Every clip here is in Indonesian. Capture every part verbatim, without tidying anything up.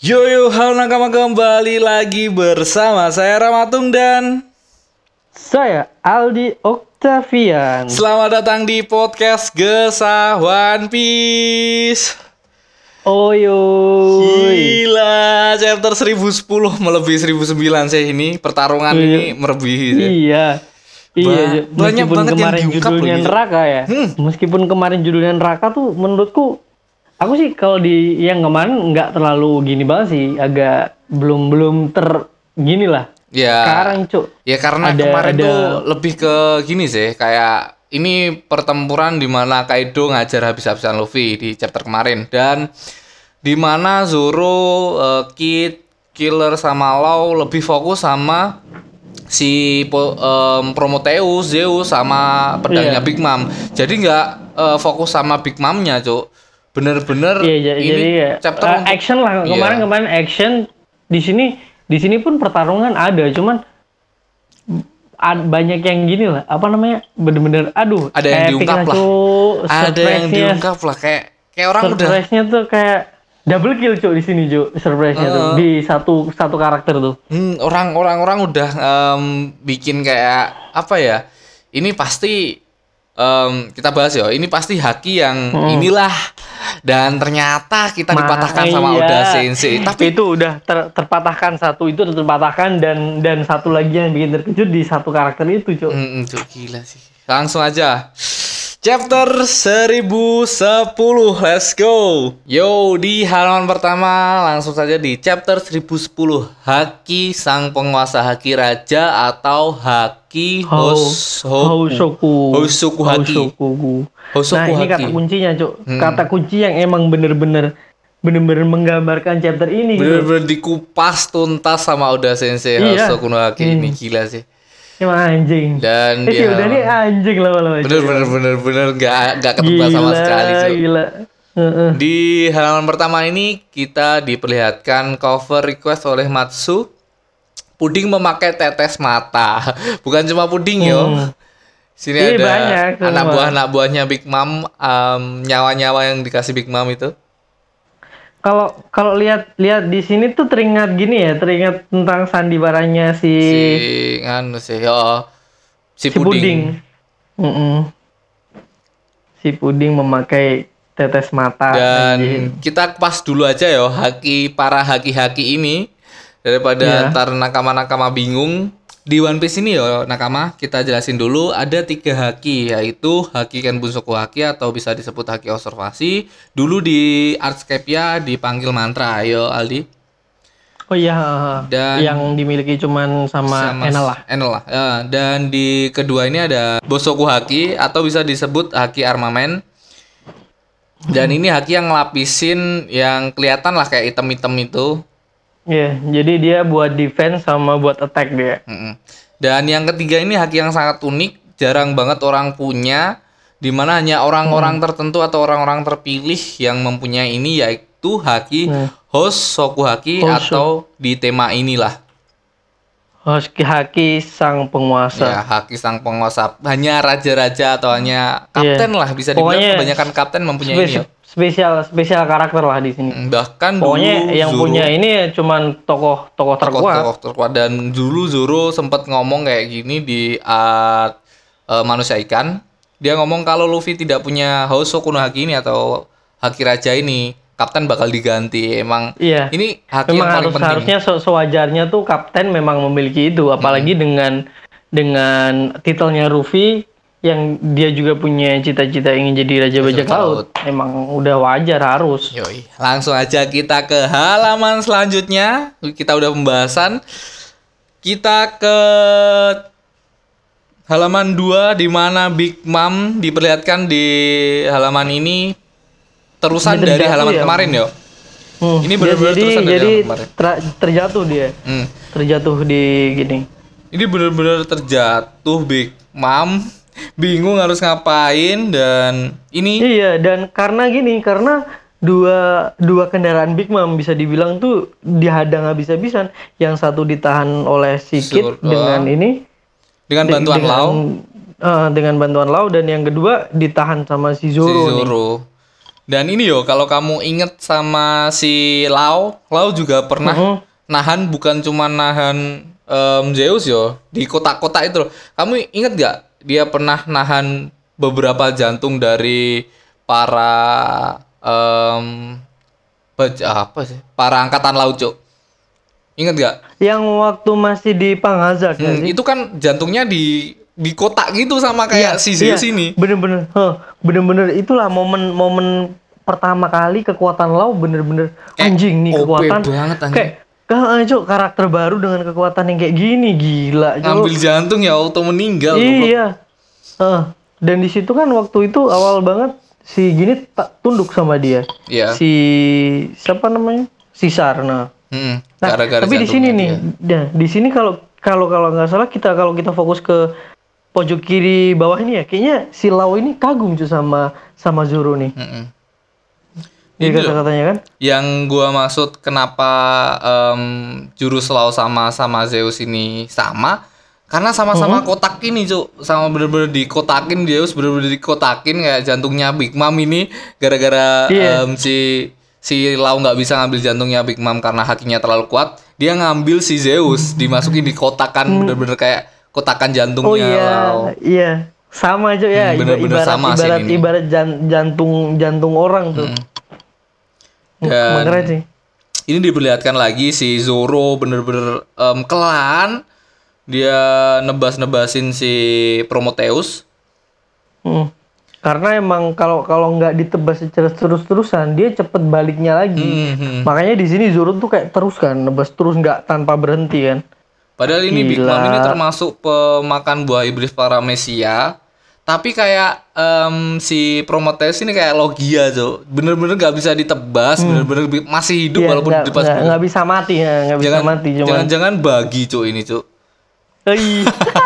Yo yo, halo nakama, kembali lagi bersama saya Ramatung dan Saya Aldi Octavian. selamat datang di podcast Gesah One Piece. Oyoy. Gila, chapter seribu sepuluh melebihi seribu sembilan sih ini. Pertarungan Iya. ini melebihi sih. Iya. Iya, Ba- Jo. banyak Meskipun banget yang kemarin diungkap judulnya loh gitu. neraka ya. Hmm. Meskipun kemarin judulnya neraka tuh menurutku aku sih kalau di yang kemarin nggak terlalu gini banget sih, agak belum belum ter gini lah. Ya. Sekarang, Cuk. Ya karena Ada- kemarin ada- tuh lebih ke gini sih, kayak ini pertempuran di mana Kaido ngajar habis-habisan Luffy di chapter kemarin, dan di mana Zoro, eh, Kid, Killer sama Law lebih fokus sama si Po- em, Prometheus, Zeus sama pedangnya Iya. Big Mom. Jadi nggak eh, fokus sama Big Mom-nya, Cuk. Bener-bener Iya, ja- ini jadi ya, chapter uh, untuk- action lah Iya. kemarin kemarin action di sini di sini pun pertarungan ada, cuman ad- banyak yang gini lah, apa namanya, bener-bener aduh Ada yang epic diungkap lah. Cuk. ada yang Surprise-nya- diungkap lah, kayak kayak orang udah surprise-nya tuh kayak double kill, Cuk, di sini, Cuk. Surprise-nya tuh Uh. di satu satu karakter tuh. Hmm, orang orang orang udah em, bikin kayak apa ya? Ini pasti em, kita bahas ya. Ini pasti haki yang inilah, dan ternyata kita Ma- dipatahkan sama iya. Oda Sensei. Tapi itu udah ter- terpatahkan satu, itu udah terpatahkan, dan dan satu lagi yang bikin terkejut di satu karakter itu, Cuk. hmm, Cuk, gila sih. Langsung aja. Chapter seribu sepuluh, let's go. Yo, di halaman pertama langsung saja di chapter seribu sepuluh. Haki sang penguasa haki raja atau haki Hou- Hoshoku. Housoku. Hosoku haki. Housoku. Hosoku Nah, ini haki. kata kuncinya, Cuk. Hmm. Kata kunci yang emang bener-bener bener-bener menggambarkan chapter ini, gitu. Bener-bener dikupas tuntas sama Oda Sensei. Iya. Hosoku no haki Hmm. ini gila sih. Emang anjing. Dan Eh, dia sih, udah nih anjing lama-lama. Cuk. bener bener bener bener gak gak ketebak sama Gila, sekali, Cuk. Gila. Heeh. Di halaman pertama ini kita diperlihatkan cover request oleh Matsu. Puding memakai tetes mata. Bukan cuma puding yo. Hmm. Sini Ini ada banyak semua. anak buah anak buahnya Big Mom, em, nyawa-nyawa yang dikasih Big Mom itu. Kalau kalau lihat lihat di sini tuh teringat gini ya, teringat tentang sandiwaranya si Si anu sih yo si, si puding. puding. Mm-mm. Si puding memakai tetes mata. Dan anjing. kita pas dulu aja yo haki para haki-haki ini, daripada Iya. ntar nakama-nakama bingung. Di One Piece ini yo nakama, kita jelasin dulu ada tiga haki, yaitu haki Ken Bunsoku haki atau bisa disebut haki observasi. Dulu di Artscape-nya dipanggil mantra. Ayo Aldi. Oh iya, Dan- yang dimiliki cuman sama, Enel lah. Enel lah. Ya, dan di kedua ini ada Bosoku haki atau bisa disebut haki armamen. Dan ini haki yang ngelapisin yang kelihatan lah kayak item-item itu. Iya, jadi dia buat defense sama buat attack dia. Mm-mm. Dan yang ketiga ini haki yang sangat unik, jarang banget orang punya, di mana hanya orang-orang tertentu atau orang-orang terpilih yang mempunyai ini, yaitu haki Hmm. Hosoku haki Hoso- atau di tema inilah. Hoski Haki sang penguasa. Ya, haki sang penguasa. Hanya raja-raja atau hanya kapten Iya. lah, bisa dibilang Pokoknya kebanyakan kapten mempunyai ini. Spes- Ya. spesial spesial karakter lah di sini. Bahkan Pokoknya dulu yang Zoro- punya ini cuman tokoh-tokoh terkuat. tokoh-tokoh terkuat, dan dulu Zoro sempat ngomong kayak gini di art eh, manusia ikan. Dia ngomong kalau Luffy tidak punya Hosoku no haki ini atau haki raja ini, kapten bakal diganti. Emang Iya. ini haki Memang yang paling harus penting. harusnya se- sewajarnya tuh kapten memang memiliki itu, apalagi dengan dengan titelnya Luffy yang dia juga punya cita-cita ingin jadi raja bajak Bajak laut. Emang udah wajar harus. Yoi, langsung aja kita ke halaman selanjutnya. Kita udah pembahasan. Kita ke halaman dua di mana Big Mom diperlihatkan di halaman ini terusan Ini dari terjatuh halaman ya? kemarin yo. Hmm, Ini dia benar-benar jadi terusan dari jadi halaman kemarin. ter- terjatuh dia. Hmm. Terjatuh di gini. Ini benar-benar terjatuh Big Mom, bingung harus ngapain, dan ini Iya, dan karena gini, karena dua dua kendaraan Big Mom bisa dibilang tuh dihadang habis-habisan. Yang satu ditahan oleh si Kid Sur- dengan oh. ini dengan de- bantuan dengan, Lau eh, dengan bantuan Lau, dan yang kedua ditahan sama si si Zoro, nih. Zoro. Dan ini yo, kalau kamu inget sama si Lau, Lau juga pernah Mhm. nahan, bukan cuma nahan em, Zeus yo di kotak-kotak itu loh. Kamu inget gak dia pernah nahan beberapa jantung dari para em baj- apa sih? Para angkatan laut, Cuk. Inget gak? Yang waktu masih di Panghazard nggak Hmm, sih? itu kan jantungnya di di kotak gitu sama kayak si iya, Zeus ini. bener-bener, huh, bener-bener itulah momen-momen pertama kali kekuatan Lau bener-bener Kayak anjing nih O P kekuatan banget, anjing. kayak ah, Cuk, karakter baru dengan kekuatan yang kayak gini gila Cuk. Ngambil jantung ya auto meninggal. goblok. Iya, Huh, dan di situ kan waktu itu awal banget si gini tak tunduk sama dia, Iya. si siapa namanya, si Sarna. Hmm, Nah, gara-gara tapi di sini jantungnya nih, dia. nah, di sini kalau kalau kalau nggak salah kita kalau kita fokus ke pojok kiri bawah ini ya, kayaknya si Lau ini kagum tuh sama sama Zoro nih. Mm-mm. Jadi Ini loh, kata-katanya kan, yang gua maksud kenapa em, jurus Lau sama sama Zeus ini sama, karena sama-sama kotak ini, Cuk. Sama bener-bener dikotakin, Zeus bener-bener dikotakin kayak jantungnya Big Mom ini gara-gara Iya. em, si si Lau nggak bisa ngambil jantungnya Big Mom karena hakinya terlalu kuat. Dia ngambil si Zeus, dimasukin di kotakan bener-bener kayak kotakan oh jantungnya iya, Lau. iya, sama aja ya, Hmm, bener-bener ibarat sama sih ibarat ini. ibarat jan- jantung jantung orang tuh. Dan Keren sih. ini diperlihatkan lagi si Zoro bener-bener em, kelan, dia nebas-nebasin si Prometheus. Hmm. Karena emang kalau kalau nggak ditebas secara terus-terusan dia cepet baliknya lagi. Hmm. Makanya di sini Zoro tuh kayak terus kan nebas terus nggak tanpa berhenti kan. Padahal ini Big Mom Gila. ini termasuk pemakan buah iblis paramesia. Tapi kayak em, si Prometheus ini kayak Logia, Cuk. Bener-bener gak bisa ditebas, bener-bener bi- masih hidup Iya, walaupun nggak ditebas. nggak- nggak bisa mati ya, nggak bisa Jangan, mati cuman. jangan-jangan bagi, Cuk, ini, Cuk. Ih.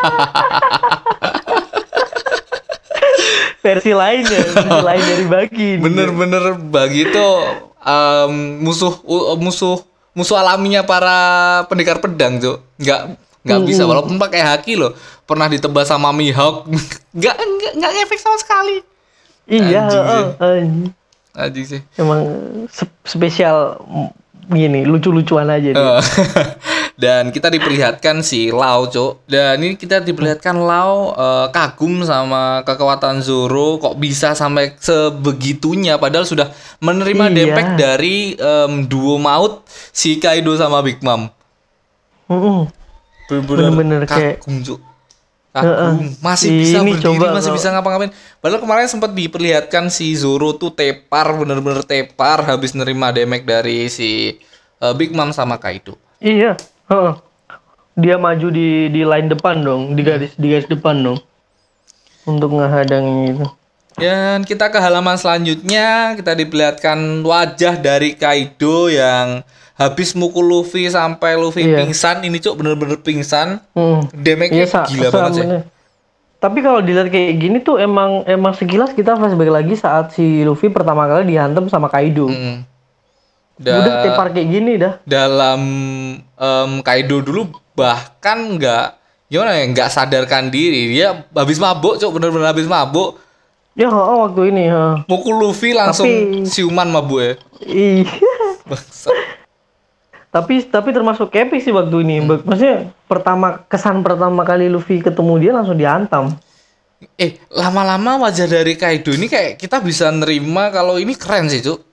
versi lain ya, versi lain dari bagi. nih. Bener-bener bagi itu em, musuh u- musuh musuh alaminya para pendekar pedang, Cuk. Nggak nggak bisa walaupun pakai haki loh. Pernah ditebas sama Mihawk. nggak nggak nggak efek sama sekali. Iya, Anjing sih. heeh, anjing. Anjing sih. Emang sp- spesial mm, gini, lucu-lucuan aja dia. Eh, Dan kita diperlihatkan si Lau, Cuk. Dan ini kita diperlihatkan Lau eh, kagum sama kekuatan Zoro, kok bisa sampai sebegitunya padahal sudah menerima Iya. damage dari em, duo maut si Kaido sama Big Mom. Mm-mm. Bener-bener Bener-bener kayak- kagum, Cuk. Kagum. Masih bisa Ini berdiri, coba masih kalau- bisa ngapa-ngapain. Padahal kemarin sempat diperlihatkan si Zoro tuh tepar, bener-bener tepar habis nerima damage dari si eh, Big Mom sama Kaido. Iya, heeh. Dia maju di di line depan dong, di garis di garis depan dong. Untuk ngehadang itu. Dan kita ke halaman selanjutnya, kita diperlihatkan wajah dari Kaido yang habis mukul Luffy sampai Luffy Iya. pingsan. Ini, Cuk, bener-bener pingsan. Hmm. Damage-nya Iya, sa- gila banget sih. sama- Tapi kalau dilihat kayak gini tuh emang emang sekilas kita flashback lagi saat si Luffy pertama kali dihantam sama Kaido. Mm. Udah Da- tepar kayak gini dah. dalam em, Kaido dulu bahkan nggak gimana ya, nggak sadarkan diri, dia habis mabuk, Cuk, bener-bener habis mabuk, Ya, oh, waktu ini, heeh. mukul Luffy langsung Tapi- siuman mabuk ya. Iya. Bangsat. tapi tapi termasuk epic sih waktu ini. Hmm. Maksudnya pertama kesan pertama kali Luffy ketemu dia langsung dihantam. Eh, lama-lama wajah dari Kaido ini kayak kita bisa nerima kalau ini keren sih, Cuk.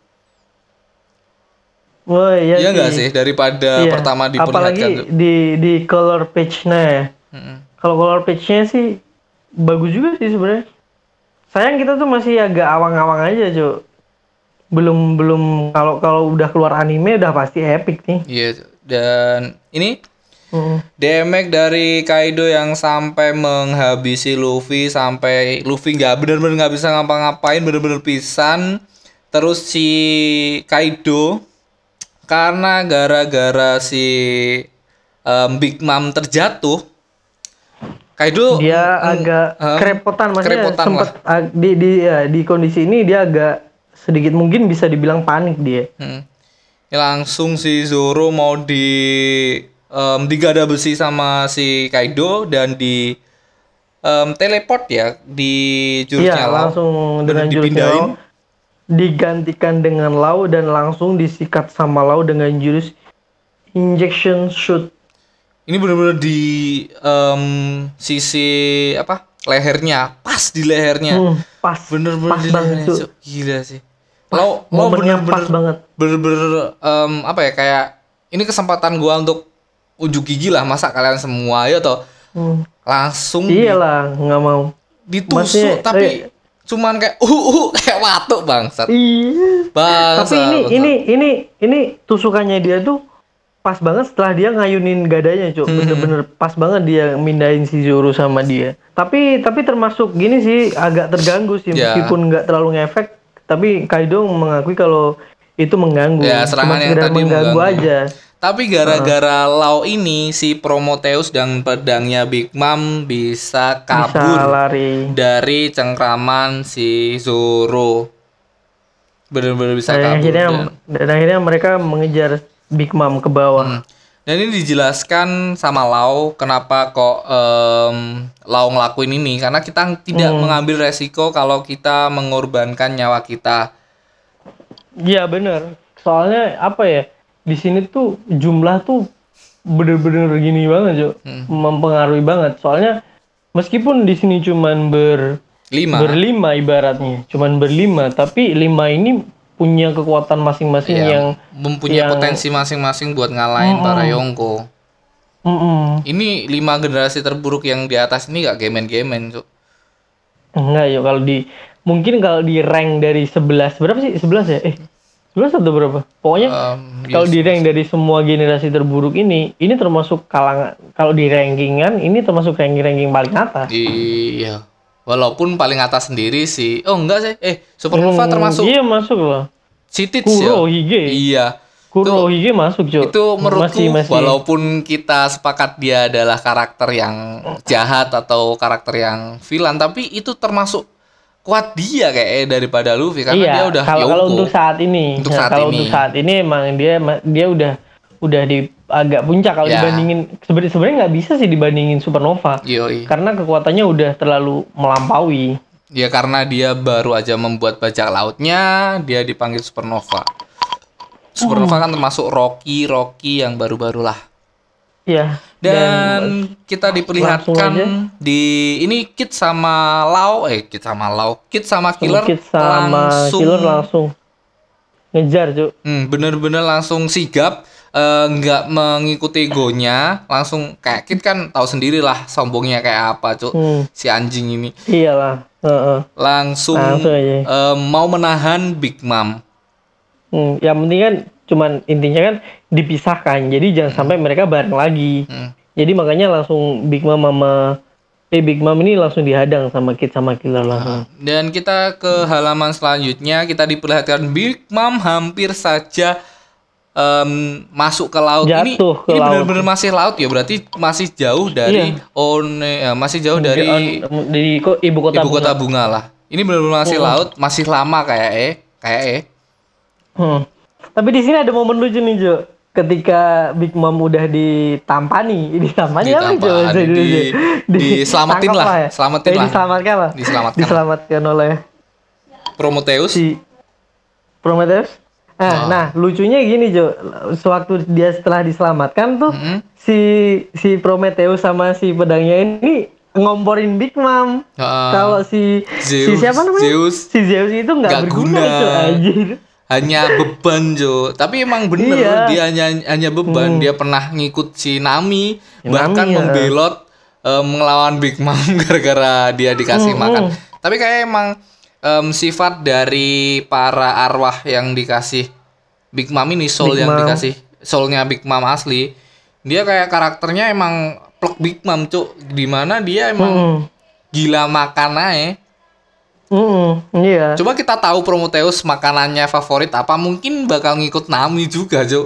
Wah, iya Iya sih. nggak sih, daripada Iya. pertama Apalagi diperlihatkan, Cuk. di di color page-nya ya. Mm-mm. Kalau color page-nya sih bagus juga sih sebenarnya. Sayang kita tuh masih agak awang-awang aja, Cuk. Belum belum kalau kalau udah keluar anime udah pasti epic nih. Iya, Cuk. Dan ini Mm. damage dari Kaido yang sampai menghabisi Luffy, sampai Luffy nggak bener-bener nggak bisa ngapa-ngapain, bener-bener pisan. Terus si Kaido karena gara-gara si em, Big Mom terjatuh, Kaido Dia mm, agak em, kerepotan, maksudnya kerepotan sempet ag- di di ya, di kondisi ini dia agak sedikit mungkin bisa dibilang panik dia. Hmm. Ya, langsung si Zoro mau di em, digada besi sama si Kaido dan di em, teleport ya di jurusnya Iya, Lau. langsung Bener dengan jurusnya dipindahin. Lau. digantikan dengan Lau dan langsung disikat sama Lau dengan jurus injection shoot. Ini benar-benar di em, sisi apa lehernya, pas di lehernya, Hmm, pas, bener-bener pas di banget lehernya, tuh. Cuk. Gila sih. Pas, Lo lo momennya bener-bener pas banget. bener-bener em, apa ya kayak ini kesempatan gua untuk unjuk gigi lah, masa kalian semua ya toh Hmm. langsung di- Iyalah, nggak mau. ditusuk Maksudnya, tapi eh, cuman kayak uh uh kayak watuk bangsat. Iya. Bangsat. Tapi ini bangsat. ini ini ini tusukannya dia tuh pas banget setelah dia ngayunin gadanya, Cuk. Hmm. Bener-bener pas banget dia mindahin si Zoro sama dia. Tapi tapi termasuk gini sih agak terganggu sih Ya. meskipun nggak terlalu ngefek, tapi Kaido mengakui kalau itu mengganggu. Ya, serangan Cuma yang sekedar tadi mengganggu mengganggu. aja. Tapi gara-gara Lau ini si Prometheus dan pedangnya Big Mom bisa Bisa kabur lari. dari cengkraman si Zoro. Bener-bener bisa Dan kabur. akhirnya Dan, dan akhirnya mereka mengejar Big Mom ke bawah. Hmm. Dan ini dijelaskan sama Lau kenapa kok em, Lau ngelakuin ini karena kita tidak Hmm. mengambil resiko kalau kita mengorbankan nyawa kita. Iya bener. Soalnya apa ya? Di sini tuh jumlah tuh bener-bener gini banget, Cuk. Hmm. Mempengaruhi banget. Soalnya meskipun di sini cuman ber Lima. berlima ibaratnya, cuman berlima, tapi lima ini punya kekuatan masing-masing Ya, yang mempunyai yang- potensi masing-masing buat ngalahin Mm-mm. para Yonko. Mm-mm. Ini lima generasi terburuk yang di atas ini gak gemen-gemen, Cuk. Enggak ya kalau di mungkin kalau di rank dari sebelas berapa sih? sebelas ya? Eh, sebelas atau berapa? Pokoknya Um, kalau yes. di rank dari semua generasi terburuk ini, ini termasuk kalangan kalau di rankingan ini termasuk ranking-ranking paling atas. Iya. Walaupun paling atas sendiri sih. Oh enggak sih. Eh, Supernova Hmm, termasuk Iya masuk loh. si Tits ya. Kurohige. Iya. Kurohige masuk, Cuk. Itu menurutku masih, masih. walaupun kita sepakat dia adalah karakter yang jahat atau karakter yang villain, tapi itu termasuk kuat dia kayaknya daripada Luffy karena iya, dia udah kalau kalau Yonko. untuk saat ini, Untuk Nah, saat kalau ini. untuk saat ini emang dia dia udah udah di agak puncak kalau Ya. dibandingin sebenarnya sebenarnya nggak bisa sih dibandingin Supernova Yoi. karena kekuatannya udah terlalu melampaui. Ya karena dia baru aja membuat bajak lautnya, dia dipanggil Supernova. Supernova kan termasuk Rocky, Rocky yang baru-baru lah. Iya. Dan, kita diperlihatkan langsung aja. di ini Kid sama Lau, eh Kid sama Lau, Kid sama Killer Kid sama langsung, Killer langsung ngejar, Cuk. hmm, bener-bener langsung sigap, eh, nggak mengikuti gonya, langsung kayak Kid kan tahu sendiri lah sombongnya kayak apa, Cuk. Hmm. Si anjing ini Iyalah. Heeh. langsung, Langsung aja. eh, mau menahan Big Mom. Hmm, yang penting kan cuman intinya kan dipisahkan. Jadi jangan sampai mereka bareng lagi. Hmm. Jadi makanya langsung Big Mom sama eh Big Mom ini langsung dihadang sama Kid sama Killer langsung. Dan kita ke halaman selanjutnya, kita diperlihatkan Big Mom hampir saja em, masuk ke laut. ini Jatuh ke ini laut. benar-benar masih laut ya, berarti masih jauh dari Iya. One, eh, masih jauh dari Di, di ko- ibu kota. ibu kota Bunga. bunga lah. Ini benar-benar masih Hmm. laut, masih lama kayak eh, kayak eh. Hmm. Tapi di sini ada momen lucu nih, Jo. Ketika Big Mom udah ditampani, ditampani apa Jo? Ditampani, bahasa di- Indonesia? diselamatin tangkap lah, ya? selamatin Eh, lah. Diselamatkan lah. Diselamatkan. Diselamatkan oleh Prometheus. si Prometheus. Nah, Oh. nah, lucunya gini, Jo. Sewaktu dia setelah diselamatkan tuh Mm-mm. si si Prometheus sama si pedangnya ini ngomporin Big Mom. Heeh. Kalau si si Zeus- siapa namanya? Zeus. Si Zeus itu nggak Nggak berguna, guna. Jo, anjir. Hanya beban Jo, tapi emang bener Iya. dia hanya hanya beban. Hmm. Dia pernah ngikut si Nami, Si bahkan Nami, ya. membelot eh, melawan Big Mom gara-gara dia dikasih Hmm, makan. hmm. Tapi kayak emang em, sifat dari para arwah yang dikasih Big Mom ini, soul Big yang Mom. dikasih soulnya Big Mom asli, dia kayak karakternya emang plek Big Mom Cuk, dimana dia emang Hmm. gila makan aja. Hmm, iya. Coba kita tahu Prometheus makanannya favorit apa, mungkin bakal ngikut Nami juga, Jo.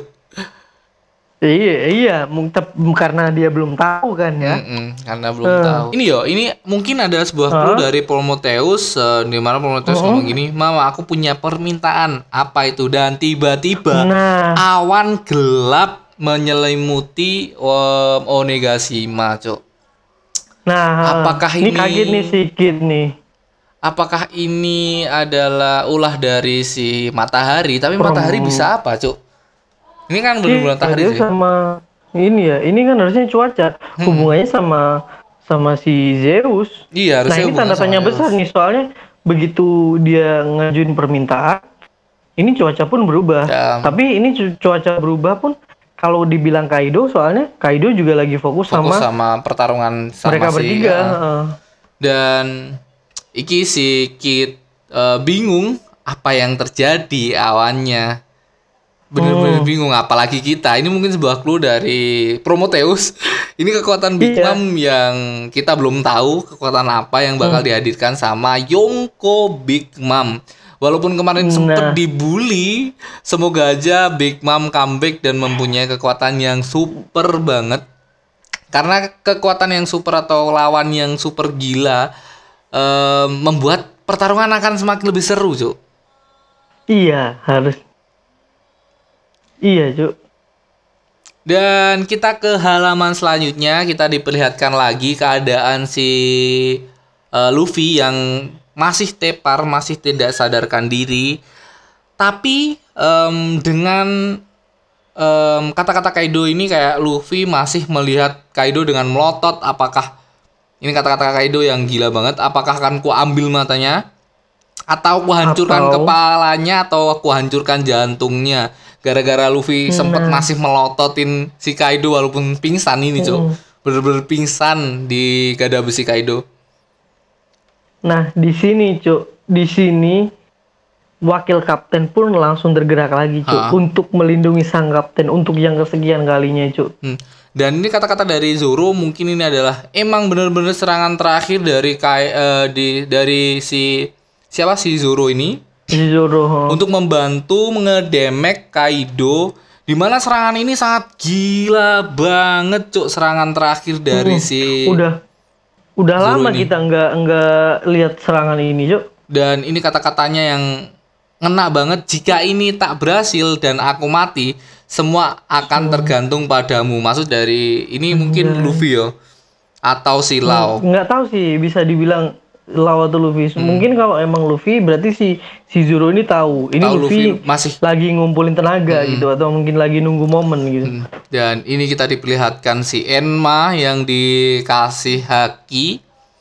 Iya, iya, mung- tep- karena dia belum tahu kan ya. Mm-mm, karena belum Eh. tahu. Ini yo, ini mungkin ada sebuah clue Hah? dari Prometheus, eh, di mana Prometheus Uh-uh. ngomong gini, "Mama, aku punya permintaan." Apa itu? Dan tiba-tiba Nah, awan gelap menyelimuti um, Onigashima, Cok. nah, Apakah ini ini- kaget nih si Kid nih. apakah ini adalah ulah dari si matahari? Tapi Prom- matahari bisa apa, Cuk? Ini kan Iya, bener-bener matahari dia sih. sama ini ya, ini kan harusnya cuaca. Hmm. Hubungannya sama sama si Zeus. Iya, Nah, harusnya ini hubungan tanda sama tanya Zeus. besar nih, soalnya begitu dia ngajuin permintaan, ini cuaca pun berubah. Ya. Tapi ini cu- cuaca berubah pun kalau dibilang Kaido, soalnya Kaido juga lagi fokus, Fokus sama, sama pertarungan sama mereka si bertiga. ya. heeh. Dan iki si Kid eh, bingung apa yang terjadi awannya. Bener-bener Hmm. bingung, apalagi kita. Ini mungkin sebuah clue dari Prometheus. Ini kekuatan Big Iya. Mom yang kita belum tahu kekuatan apa yang bakal Hmm. dihadirkan sama Yonko Big Mom. Walaupun kemarin Nah. sempet dibully, semoga aja Big Mom comeback dan mempunyai kekuatan yang super banget. Karena kekuatan yang super atau lawan yang super gila eh, membuat pertarungan akan semakin lebih seru, Cuk. Iya, harus. Iya, Cuk. Dan kita ke halaman selanjutnya, kita diperlihatkan lagi keadaan si eh, Luffy yang masih tepar, masih tidak sadarkan diri. Tapi em, dengan em, kata-kata Kaido ini kayak Luffy masih melihat Kaido dengan melotot. Apakah ini kata-kata Kaido yang gila banget? Apakah akan ku ambil matanya? Atau ku hancurkan Atau- kepalanya? Atau aku hancurkan jantungnya? Gara-gara Luffy sempet Nah. masih melototin si Kaido walaupun pingsan ini, Cok. Mm. Bener-bener pingsan di gada besi Kaido. Nah, di sini, Cuk. Di sini wakil kapten pun langsung tergerak lagi, Cuk, Ha. untuk melindungi sang kapten untuk yang kesekian kalinya, Cuk. Hmm. Dan ini kata-kata dari Zoro, mungkin ini adalah emang bener-bener serangan terakhir dari Kai, eh, di dari si siapa si Zoro ini Si Zoro. ha. untuk membantu ngedemek Kaido, di mana serangan ini sangat gila banget, Cuk. Serangan terakhir dari Hmm, si udah udah Zoro lama ini. kita nggak nggak lihat serangan ini, Cuk. Dan ini kata-katanya yang ngena banget. Jika ini tak berhasil dan aku mati, semua akan tergantung padamu. Maksud dari ini mungkin Luffy ya, atau si Lau. Nggak tahu sih, bisa dibilang Lau atau Luffy. Hmm. Mungkin kalau emang Luffy, berarti si si Zoro ini tahu. Ini Tahu Luffy, Luffy masih. lagi ngumpulin tenaga gitu, atau mungkin lagi nunggu momen gitu. Hmm. Dan ini kita diperlihatkan si Enma yang dikasih haki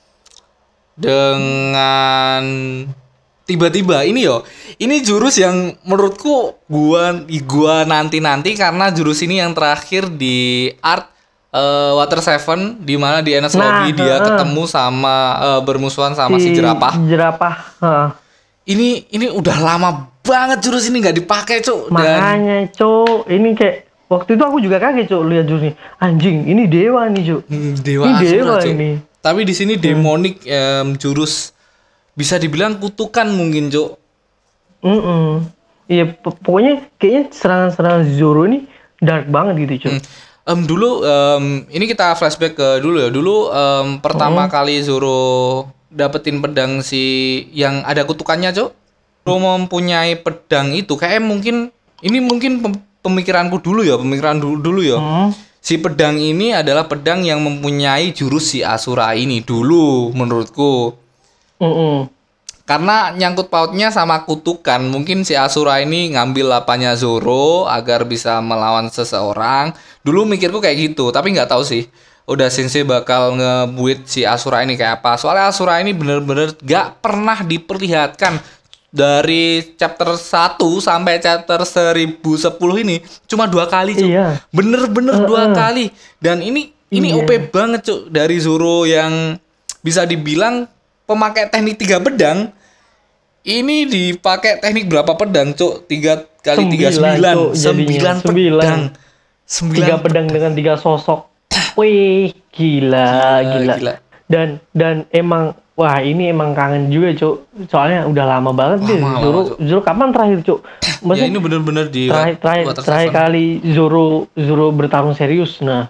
dengan tiba-tiba ini yo. Ini jurus yang menurutku gua gua nanti-nanti karena jurus ini yang terakhir di art eh, Water Seven, di mana di Enies Nah, Lobby dia heeh. ketemu sama eh, bermusuhan sama si, jerapah. Jerapah. ha. Ini ini udah lama banget jurus ini nggak dipakai, Cuk. Dan Makanya, Cuk, ini kayak waktu itu aku juga kaget, Cuk, lihat jurus ini. Anjing, ini dewa nih, Cuk. hmm, dewa Ini Asura, dewa Cuk. ini. Tapi di sini demonic em, jurus bisa dibilang kutukan mungkin, Cuk. Mm-mm. Iya, po- pokoknya kayaknya serangan-serangan Zoro ini dark banget gitu, Cuk. Hmm. Em, dulu em, ini kita flashback ke dulu ya. Dulu em, pertama kali Zoro dapetin pedang si yang ada kutukannya, Cuk. Zoro mempunyai pedang itu kayak mungkin ini mungkin pem- pemikiranku dulu ya, pemikiran dulu, dulu ya. Hmm. Si pedang ini adalah pedang yang mempunyai jurus si Asura ini dulu menurutku. Mm-mm. Karena nyangkut pautnya sama kutukan, mungkin si Asura ini ngambil lapanya Zoro agar bisa melawan seseorang. Dulu mikirku kayak gitu, tapi nggak tahu sih. Udah Sensei bakal ngebuit si Asura ini kayak apa. Soalnya Asura ini bener-bener gak pernah diperlihatkan. Dari chapter satu sampai chapter seribu sepuluh ini cuma dua kali, Cuk. Iya. Bener-bener dua Uh-uh. kali. Dan ini ini Iya. O P banget, Cuk. Dari Zoro yang bisa dibilang pemakai teknik tiga pedang, ini dipakai teknik berapa pedang, Cuk? Tiga kali tiga Sembilan, sembilan, Cuk, jadinya. sembilan Sembilan. pedang, sembilan Tiga pedang dengan tiga sosok. Wih, gila, gila. gila. Dan dan emang wah ini emang kangen juga, Cuk. Soalnya udah lama banget deh. Lama, Zoro, lama, Cuk. Zoro kapan terakhir, Cuk? Ya Maksudnya ini bener-bener di terakhir terakhir, Water terakhir Seven. kali Zoro Zoro bertarung serius. Nah,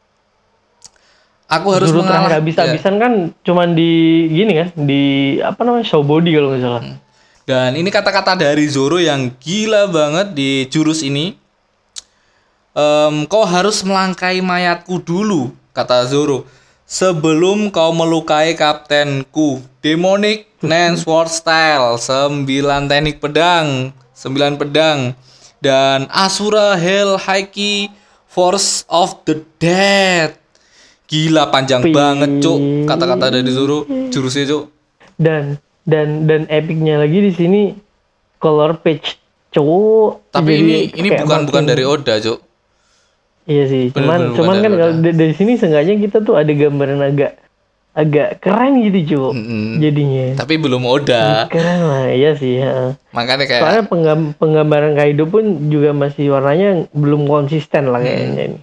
Aku harus Zoro mengalah. terakhir Ya. habis-habisan kan cuman di gini kan, di apa namanya? Show body kalau nggak salah. Dan ini kata-kata dari Zoro yang gila banget di jurus ini. Em, kau harus melangkai mayatku dulu, kata Zoro. Sebelum kau melukai kaptenku, Demonic Nine Sword Style, sembilan teknik pedang, sembilan pedang, dan Asura Hell Haki Force of the Dead. Gila panjang Wih. banget, Cuk. Kata-kata dari Zoro, jurusnya, Cuk. Dan dan dan epicnya lagi di sini color page, Cuk. Tapi Jadi ini ini kayak bukan bukan makin- dari Oda, Cuk. Iya sih, cuman Bener-bener cuman bukan kan dari kalau Oda. da- dari sini seenggaknya kita tuh ada gambaran agak agak keren gitu, Cuk. Mm-mm. Jadinya. Tapi belum Oda. Keren lah, iya sih. Ha. Makanya kayak Soalnya penggam- penggambaran Kaido pun juga masih warnanya belum konsisten lah kayaknya ini.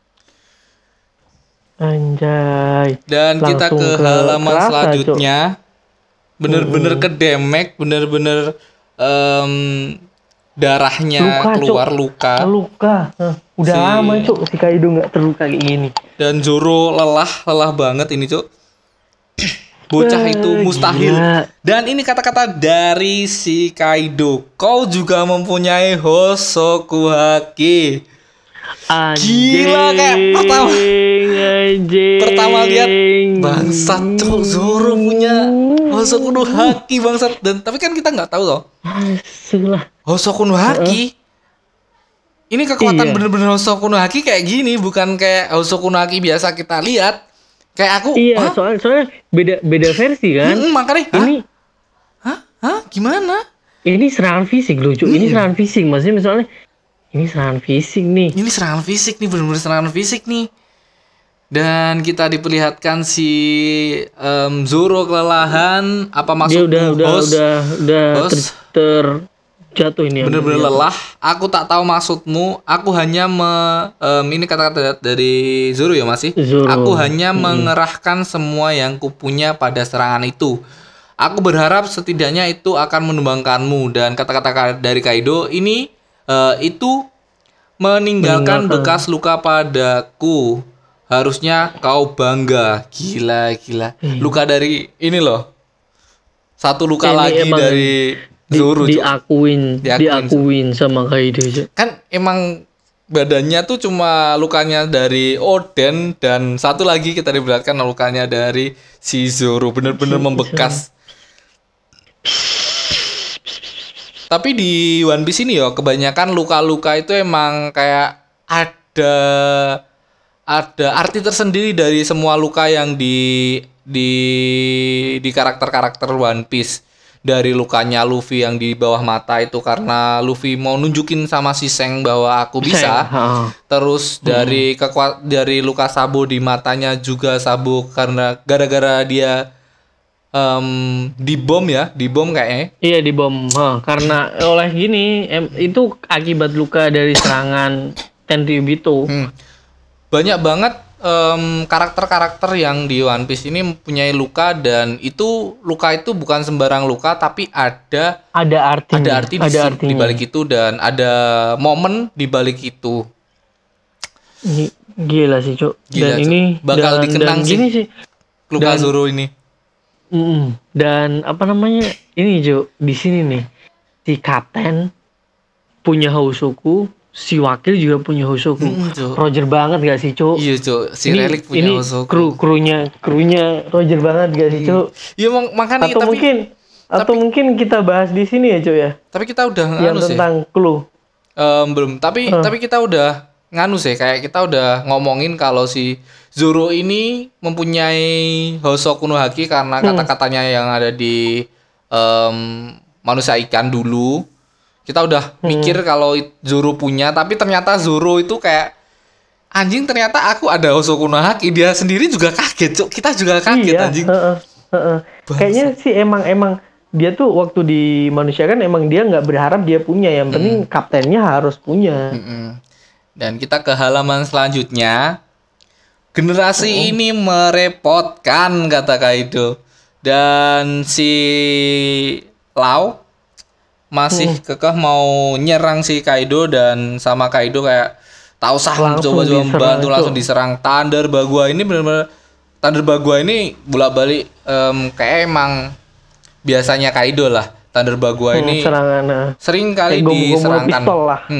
Anjay. dan kita Langsung ke, ke halaman kerasa, selanjutnya. Bener-bener ke damage, bener-bener em, darahnya Luka, Cuk. keluar luka. Luka. Hah, udah Si- lama, Cuk, si Kaido nggak terluka kayak gini. Dan Zoro lelah, lelah banget ini, Cuk. Bocah Wah, itu mustahil. gila. Dan ini kata-kata dari si Kaido. Kau juga mempunyai Hosoku Haki. Anjing. Gila, kayak pertama- Anjing. Pertama lihat bangsat, Cuk. Zoro punya Hosoku no Haki bangsat. Dan tapi kan kita nggak tahu loh. Sulah. Hosoku no Haki. Ini kekuatan Iya. bener-bener Hosoku no Haki kayak gini, bukan kayak Hosoku no Haki biasa kita lihat. Kayak aku, Iya, hah? soalnya soalnya beda beda versi kan. Mm, makanya, hah? Ini Hah? Hah? Gimana? ini serangan fisik lucu. Ini serangan fisik, maksudnya misalnya ini serangan fisik nih. Ini serangan fisik nih, bener-bener serangan fisik nih. Dan kita diperlihatkan si em, Zoro kelelahan. Apa Dia maksudmu? udah udah host? udah udah Host? ter, ter- jatuh ini. Bener-bener ya. lelah. Aku tak tahu maksudmu. Aku hanya me, em, ini kata-kata dari Zoro ya masih. Zoro. Aku hanya mengerahkan semua yang kupunya pada serangan itu. Aku berharap setidaknya itu akan menumbangkanmu. Dan kata-kata ka- dari Kaido ini eh, itu meninggalkan, Meninggalkan. bekas luka padaku. Harusnya kau bangga. Gila, gila. Luka dari ini loh. Satu luka Ini lagi emang dari Di, Zoro. Cuk. diakuin, Diakuin. diakuin sama Kaido. Cuk. Kan emang badannya tuh cuma lukanya dari Oden dan satu lagi kita diperlihatkan lukanya dari si Zoro, bener-bener membekas. Tapi di One Piece ini ya kebanyakan luka-luka itu emang kayak ada ada arti tersendiri dari semua luka yang di di di karakter-karakter One Piece. Dari lukanya Luffy yang di bawah mata itu karena Luffy mau nunjukin sama si Seng bahwa aku bisa. Ha. Terus dari kekuat dari luka Sabo di matanya juga Sabo karena gara-gara dia em dibom ya, dibom kayaknya. Iya di bom. Ha, karena oleh gini em, itu akibat luka dari serangan Tenryubito. Hmm. Banyak banget em, karakter-karakter yang di One Piece ini mempunyai luka dan itu luka itu bukan sembarang luka tapi ada Ada artinya. ada arti di, ada si- artinya. di balik itu dan ada momen di balik itu. Ini gila sih, Cuk. Gila, Dan Cuk. ini Bakal dan, dikenang dan sih. gini sih. Luka Dan- Zoro ini. Mm-mm. Dan apa namanya? Ini, Cuk. Di sini nih si kapten punya Hosoku, si wakil juga punya Hosoku. Mm, Cuk. Roger banget gak sih, Cuk? Iya, Cuk. Si ini, Relic punya ini Hosoku. kru krunya krunya Roger banget gak sih, Cuk? Iya, mak- makanya Atau tapi mungkin atau mungkin kita bahas di sini ya, Cuk ya. tapi kita udah Yang nganu sih. tentang clue. Em, belum, tapi Hmm. tapi kita udah nganu sih kayak kita udah ngomongin kalau si Zoro ini mempunyai Hosoku no Haki karena Hmm. kata-katanya yang ada di em, manusia ikan dulu. Kita udah Hmm. mikir kalau it- Zoro punya, tapi ternyata Zoro itu kayak anjing ternyata aku ada Hosoku no Haki. Dia sendiri juga kaget, Cuk. Kita juga kaget Iya, anjing. heeh, heeh. Kayaknya sih emang emang dia tuh waktu di manusia kan emang dia nggak berharap dia punya, yang penting kaptennya harus punya. Mm-mm. Dan kita ke halaman selanjutnya. Generasi ini merepotkan kata Kaido. Dan si Lau masih kekeh mau nyerang si Kaido dan sama Kaido kayak tak usah Langsung coba-coba diserang, bantu Cuk. langsung diserang. Thunder Bagua ini benar-benar Thunder Bagua ini bolak-balik em, kayak emang biasanya Kaido lah. Thunder Bagua Hmm, ini serangan nah. sering kali Kayak gom-gom diserangkan. pistol lah. Hmm,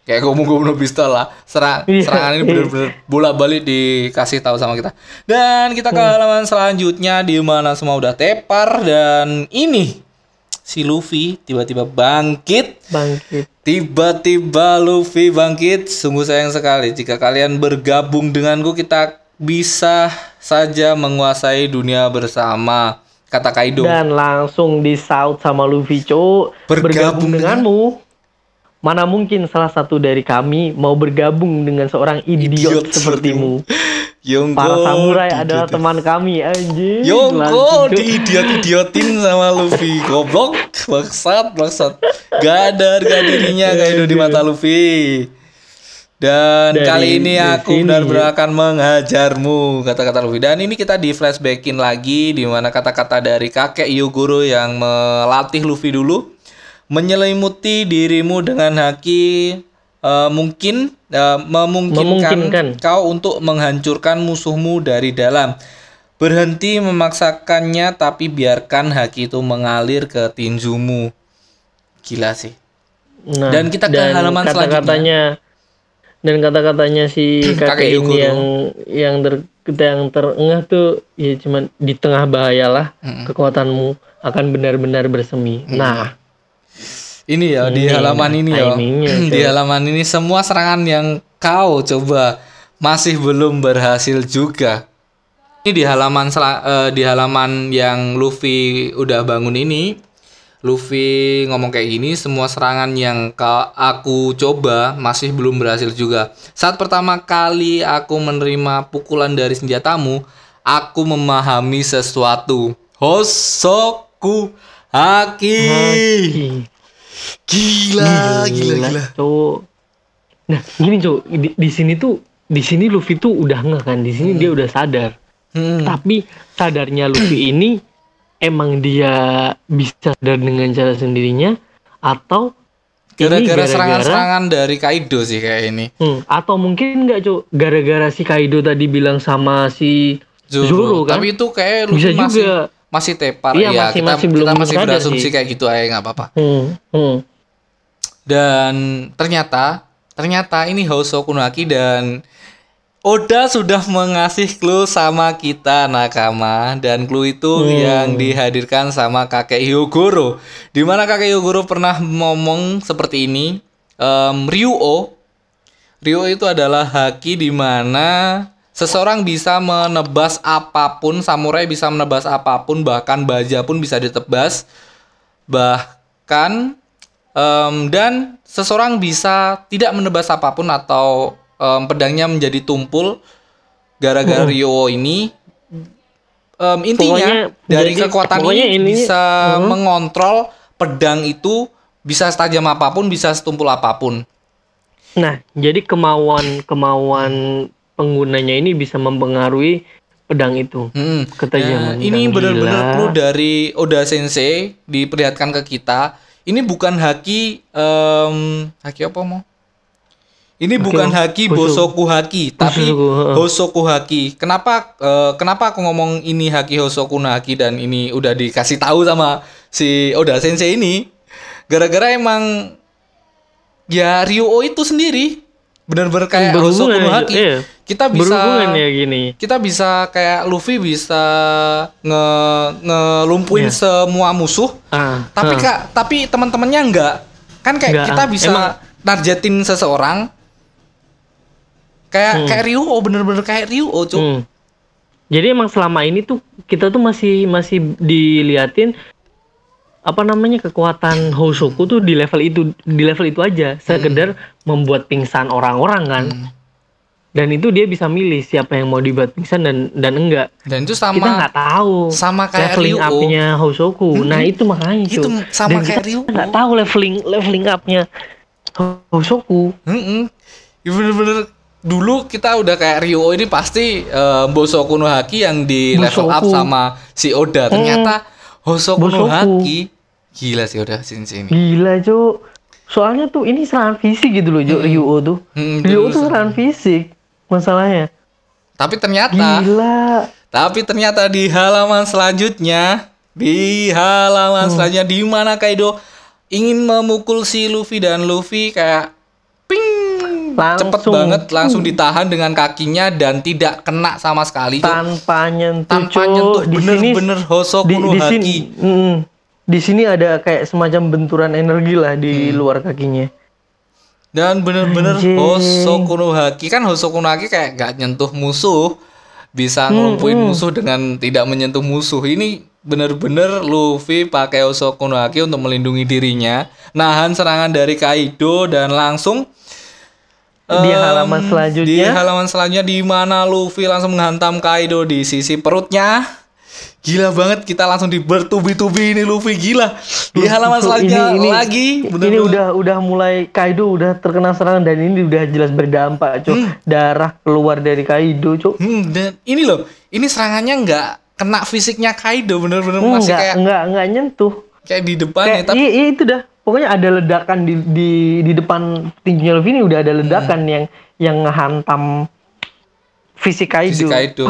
Kayak Gomu-Gomu no Pistol lah. Serang, Iya. serangan ini benar-benar bolak-balik dikasih tahu sama kita. Dan kita ke halaman selanjutnya di mana semua udah tepar dan ini si Luffy tiba-tiba bangkit. Bangkit. Tiba-tiba Luffy bangkit. Sungguh sayang sekali jika kalian bergabung denganku, kita bisa saja menguasai dunia bersama, kata Kaido. Dan langsung disaut sama Luffy, Cuk. Bergabung Bergabung denganmu. Mana mungkin salah satu dari kami mau bergabung dengan seorang idiot, Idiot sepertimu. Yongko Para samurai di- adalah di- teman kami, anjing. Yongko Langsung, Cuk. diidiot-idiotin sama Luffy. Goblok, bangsat, bangsat. Gak ada harga dirinya Kaido di mata Luffy. Dan Dari- kali ini dari aku sini, benar-benar akan menghajarmu, kata-kata Luffy. Dan ini kita di flashbackin lagi di mana kata-kata dari kakek Hyogoro yang melatih Luffy dulu. Menyelimuti dirimu dengan haki eh, mungkin eh, memungkinkan, Memungkinkan. kau untuk menghancurkan musuhmu dari dalam. Berhenti memaksakannya, tapi biarkan haki itu mengalir ke tinjumu. Gila sih. Nah, Dan kita ke halaman kata-katanya dan kata-katanya si Kakek kakek Hyogoro. ini yang yang ter yang terengah tuh ya cuman di tengah bahaya lah kekuatanmu akan benar-benar bersemi. Nah, Ini ya di Ini, halaman ini ya. timingnya, Di Cok. halaman ini semua serangan yang kau coba masih belum berhasil juga. Ini di halaman sela- eh, di halaman yang Luffy udah bangun ini, Luffy ngomong kayak gini, semua serangan yang ka- aku coba masih belum berhasil juga. Saat pertama kali aku menerima pukulan dari senjatamu, aku memahami sesuatu. Hosoku Haki. Haki. Gila, gila, gila. Cuk. Nah, gini, Cuk. Di, di sini tuh di sini Luffy tuh udah nggak kan? Di sini dia udah sadar. Hmm. Tapi sadarnya Luffy ini emang dia bisa sadar dengan cara sendirinya atau ini Gara-gara gara-gara serangan-serangan dari Kaido sih kayak ini. Hmm, atau mungkin enggak, Cuk, gara-gara si Kaido tadi bilang sama si Zoro, Zoro, kan? tapi itu kayak Bisa Luffy masih juga. masih tepar Iya, ya. masih- kita masih kita belum masih sadar berasumsi sih. kayak gitu aja nggak apa-apa. Hmm, hmm. Dan ternyata ternyata ini Hosoku no Haki dan Oda sudah mengasih clue sama kita nakama, dan clue itu Hmm. yang dihadirkan sama kakek Hyogoro. Di mana kakek Hyogoro pernah ngomong seperti ini, em, Ryuo Ryuo itu adalah haki di mana seseorang bisa menebas apapun, samurai bisa menebas apapun, bahkan baja pun bisa ditebas. Bahkan em, dan seseorang bisa tidak menebas apapun atau em, pedangnya menjadi tumpul gara-gara Hmm. Ryuo ini. Em, intinya Pokoknya dari jadi- kekuatan pokoknya ini ini- bisa Hmm. mengontrol pedang itu, bisa setajam apapun, bisa setumpul apapun. Nah, jadi kemauan kemauan penggunanya ini bisa mempengaruhi pedang itu. Hmm. Ketajaman Nah, ini pedang, benar-benar gila. clue dari Oda Sensei diperlihatkan ke kita. Ini bukan haki em, haki apa mau? Ini Haki bukan apa? haki Hosoku. Bosoku haki, tapi Hosoku, heeh. Hosoku haki. Kenapa eh, kenapa aku ngomong ini haki Hosoku no haki dan ini udah dikasih tahu sama si Oda Sensei ini? Gara-gara emang ya Ryuo itu sendiri benar-benar kayak Hosoku Berhubungan no ya, haki. iya. Kita bisa Berhubungan ya gini. kita bisa kayak Luffy bisa nge ngelumpuin Iya. semua musuh, Ah, tapi ah. kak tapi teman-temannya enggak, kan kayak Enggak, kita ah. bisa Emang- nargetin seseorang kayak Hmm. kayak Ryuo, bener-bener kayak Ryuo cuk. Hmm. Jadi emang selama ini tuh kita tuh masih masih diliatin apa namanya kekuatan Hosoku tuh di level itu di level itu aja, sekedar membuat pingsan orang-orang kan. Hmm. Dan itu dia bisa milih siapa yang mau dibuat pingsan dan dan enggak. Dan itu Kita sama nggak tahu sama kayak leveling Ryuo. up-nya Hosoku. Nah, itu makanya Itu Cuk. sama Dan kayak kita Ryuo. nggak tahu leveling leveling up-nya Hosoku. Mm-mm. Ya bener-bener dulu kita udah kayak Ryuo ini pasti eh, Bosoku no Haki yang di level up Bosoku. sama si Oda. Ternyata Hosoku no Bosoku. Haki gila sih Oda sini ini. Gila, Cuk. Soalnya tuh ini serangan fisik gitu loh, Cuk, Ryuo tuh. Hmm, Ryuo terus. tuh serangan fisik masalahnya. Tapi ternyata Gila. Tapi ternyata di halaman selanjutnya, di halaman selanjutnya di mana Kaido ingin memukul si Luffy dan Luffy kayak ping cepet Langsung. banget, langsung ditahan dengan kakinya dan tidak kena sama sekali, Cuk. Tanpa nyentuh, Tanpa Cuk. nyentuh, Di bener-bener sini- Hosoku no di, di sini, Haki. mm, di sini ada kayak semacam benturan energi lah di luar kakinya. Dan bener-bener Anjing. Hosoku no Haki, kan Hosoku no Haki kayak gak nyentuh musuh, bisa ngelumpuhin musuh dengan tidak menyentuh musuh. Ini bener-bener Luffy pakai Hosoku no Haki untuk melindungi dirinya, nahan serangan dari Kaido dan langsung Di em, halaman di selanjutnya, halaman selanjutnya di mana Luffy langsung menghantam Kaido di sisi perutnya. Gila banget, kita langsung di bertubi-tubi ini Luffy, gila. Di halaman Cuk, selanjutnya ini, ini, lagi ini bener-bener. udah udah mulai Kaido udah terkena serangan dan ini udah jelas berdampak, Cuk. Darah keluar dari Kaido, Cuk. Hmm, dan ini loh, ini serangannya nggak kena fisiknya Kaido, bener-bener masih Enggak, kayak enggak, enggak nyentuh. kayak di depan ya, Kayak tapi iya, iya, itu dah. Pokoknya ada ledakan di di di depan tinjunya Luffy ini udah ada ledakan yang yang ngehantam fisik Kaido. fisik Kaido.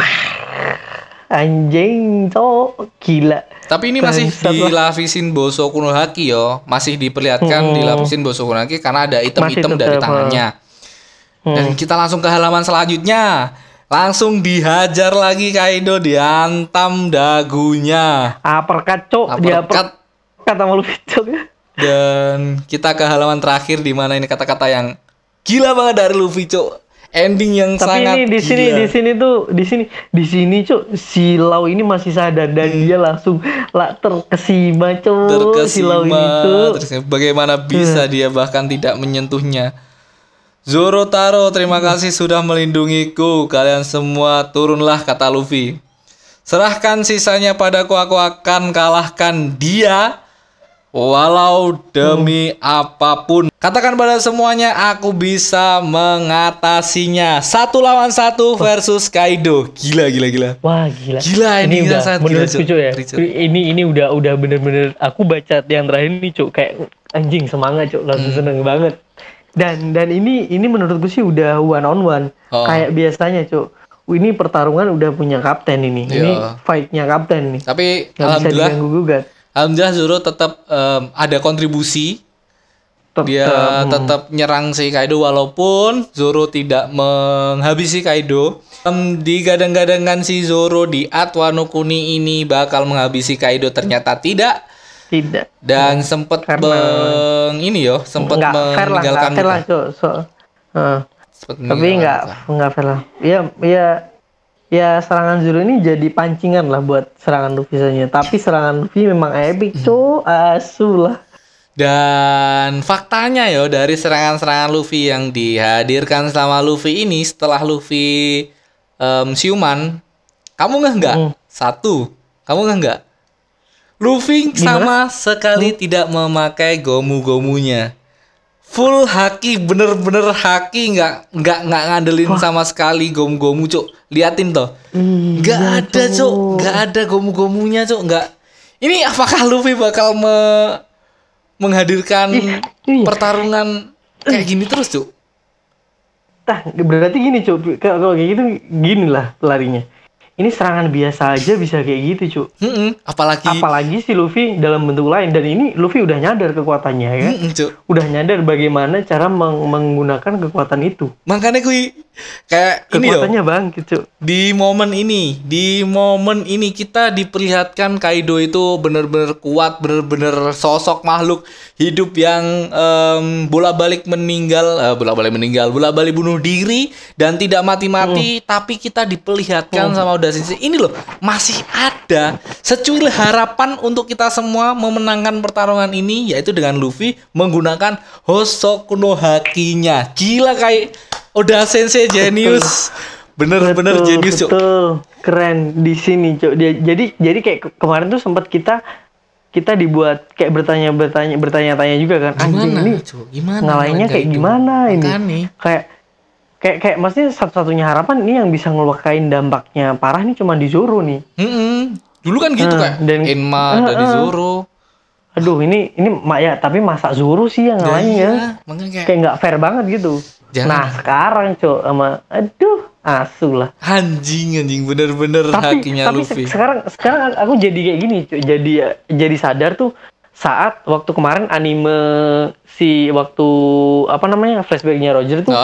Anjing, Cuk. Gila. Tapi ini masih Bangsat lah. dilapisin Bosoku no Haki yo, masih diperlihatkan Hmm. dilapisin Bosoku no Haki karena ada item-item Masih dari tetap, tangannya. Dan kita langsung ke halaman selanjutnya. Langsung dihajar lagi Kaido, dihantam dagunya. Uppercut, Cuk. Dia Uppercut. uppercut sama Luffy, Cuk. Dan kita ke halaman terakhir di mana ini kata-kata yang gila banget dari Luffy, Cuk. Ending yang Tapi sangat ini di sini gila. di sini tuh di sini di sini Cuk, si Lau ini masih sadar dan Hmm. dia langsung lah terkesima, Cuk. Si Lau ini terkesima. tuh. Terus bagaimana bisa dia bahkan tidak menyentuhnya. Zoro Taro, terima kasih sudah melindungiku. Kalian semua turunlah, kata Luffy. Serahkan sisanya padaku, aku akan kalahkan dia walau demi apapun. Katakan pada semuanya, aku bisa mengatasinya. Satu lawan satu versus Kaido. Gila, gila, gila. Wah, gila. Gila, ini ini udah sangat gila, menurutku, Cuk. Cuk, ya. Ngeri, Cuk. Ini ini udah udah bener-bener aku baca yang terakhir ini, Cuk, kayak anjing semangat, Cuk. Hmm. Langsung seneng banget. Dan dan ini ini menurutku sih udah one on one. Oh. Kayak biasanya, Cuk. Ini pertarungan udah punya kapten ini. Ini Iya. fight-nya kapten nih. Tapi Nggak bisa alhamdulillah, diganggu gugat. alhamdulillah Zoro tetap em, ada kontribusi. Dia Tetap, tetap nyerang si Kaido walaupun Zoro tidak menghabisi Kaido. Em, digadang-gadangkan si Zoro di Atwano Kuni ini bakal menghabisi Kaido, ternyata tidak. tidak. Dan sempat Karena- meng ini yo, sempat Nggak fair lah, meninggalkan nggak fair lah, muka. Cuk. So, uh, Sempet tapi meninggalkan nggak muka. nggak fair lah. Ya ya ya serangan Zoro ini jadi pancingan lah buat serangan Luffy saja. Tapi serangan Luffy memang epic, Cuk. Asu lah. Dan faktanya yo, dari serangan-serangan Luffy yang dihadirkan selama Luffy ini, setelah Luffy em, siuman, kamu ngeh nggak? Hmm. Satu, kamu ngeh nggak? Luffy sama sekali tidak memakai gomu-gomunya. Full haki, bener-bener haki, nggak nggak nggak ngandelin sama sekali gomu-gomu, Cuk. Liatin toh, nggak Iya, ada, Cuk, nggak ada gomu-gomunya, Cuk, nggak. Ini apakah Luffy bakal me- menghadirkan iya. pertarungan kayak gini terus, Cuk? Tah, berarti gini, Cuk. Kalau kalau kayak gitu gini lah larinya. Ini serangan biasa aja bisa kayak gitu, Cuk. Mm-mm, apalagi Apalagi si Luffy dalam bentuk lain, dan ini Luffy udah nyadar kekuatannya kan. Mm-mm, Cuk. Udah nyadar bagaimana cara meng- menggunakan kekuatan itu. Makanya gue kayak ini yo. Kekuatannya bangkit, Cuk. Di momen ini, di momen ini kita diperlihatkan Kaido itu benar-benar kuat, benar-benar sosok makhluk hidup yang em, bola-balik meninggal, eh, bola-balik meninggal, bola-balik bunuh diri dan tidak mati-mati, tapi kita diperlihatkan sama Oda Sensei ini loh, masih ada secuil harapan untuk kita semua memenangkan pertarungan ini, yaitu dengan Luffy menggunakan Hosoku no Haki-nya. Gila, kayak Oda Sensei genius. Bener-bener Betul, jenius, Cuk. betul. Keren di sini, Cuk. Dia jadi jadi kayak ke- kemarin tuh sempat kita kita dibuat kayak bertanya-bertanya bertanya-tanya juga kan. Anjing Gimana, ini Cuk? Gimana ngalahinnya ngalahin kayak Kaido? gimana ini? Makanya. Kayak kayak kayak maksudnya satu-satunya harapan ini yang bisa ngelukain dampaknya parah nih cuma di Zoro nih. Mm-mm. Dulu kan gitu, Nah, kayak dan- Enma Ah, dari ah. Zoro. Aduh, ini ini mak ya, tapi masa Zoro sih yang Nah, ngalahin iya, ya. makanya kayak Kayak nggak fair banget gitu. Jangan. Nah, sekarang, Cuk, sama aduh, asu lah. anjing anjing bener-bener tapi hakinya tapi Luffy. se- sekarang sekarang aku jadi kayak gini, Cuk. Jadi jadi sadar tuh saat waktu kemarin anime si waktu apa namanya flashbacknya Roger tuh Nah,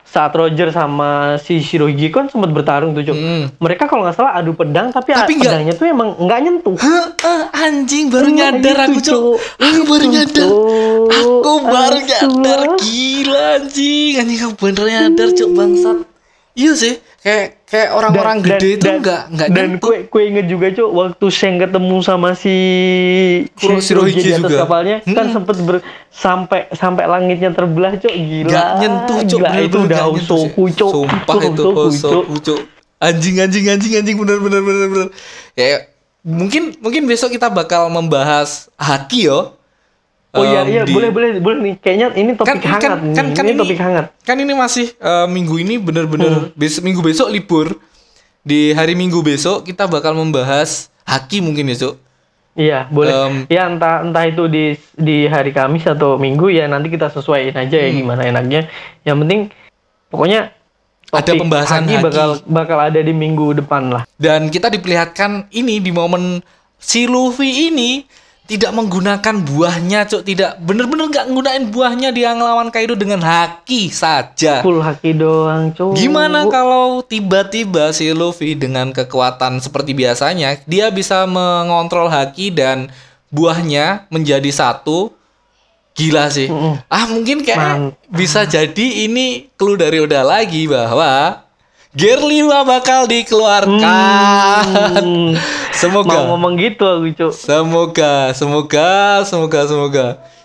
saat Roger sama si Shirohige kan sempat bertarung tuh, Cuk. Hmm. Mereka kalau nggak salah adu pedang tapi, Tapi nggak- pedangnya tuh emang nggak nyentuh. Heeh, anjing baru Iya, nyadar itu, aku, Cuk. Cuk. Aku baru Itu, nyadar. Cuk. Aku baru Astaga. nyadar, gila anjing. Anjing aku bener nyadar, Cuk, bangsat. Iya sih, kayak kayak orang-orang Dan- gede dan- itu dan- enggak enggak Dan nyentuh. kue kue inget juga, Cuk, waktu Sheng ketemu sama si Kuro- Shirohige di atas juga. kapalnya kan Hmm. sempet ber, sampai sampai langitnya terbelah, Cuk. Gila. Nggak nyentuh, Cuk. Gila, Bener-bener itu udah nggak nyentuh, Hosoku, sih. Cuk. Sumpah itu Hosoku, Cuk. Hosoku, Cuk. Anjing anjing anjing anjing bener bener bener bener bener. Ya mungkin mungkin besok kita bakal membahas haki yo. Oh iya Em, iya di- boleh boleh boleh nih. Kayaknya ini topik kan, hangat kan, nih. kan, kan ini, ini topik hangat. Kan ini masih eh, minggu ini bener-bener bes- minggu besok libur. Di hari Minggu besok kita bakal membahas haki mungkin ya, Cuk. Iya, boleh. Em, ya entah entah itu di di hari Kamis atau Minggu ya nanti kita sesuaiin aja ya Hmm. gimana enaknya. Yang penting pokoknya Ada topik pembahasan haki haki. bakal bakal ada di minggu depan lah. Dan kita diperlihatkan ini di momen si Luffy ini tidak menggunakan buahnya, Cuk. Tidak bener-bener nggak nggunain buahnya, dia ngelawan Kaido dengan haki saja. Full haki doang, Cuk. Gimana kalau tiba-tiba si Luffy dengan kekuatan seperti biasanya, dia bisa mengontrol haki dan buahnya menjadi satu? Gila sih. Mm-mm. Ah, mungkin kayak Mantap. bisa jadi ini clue dari Oda lagi bahwa Gear lima bakal dikeluarkan. Hmm. Semoga. Mau ngomong gitu aku, Cuk. Semoga, semoga, semoga, semoga.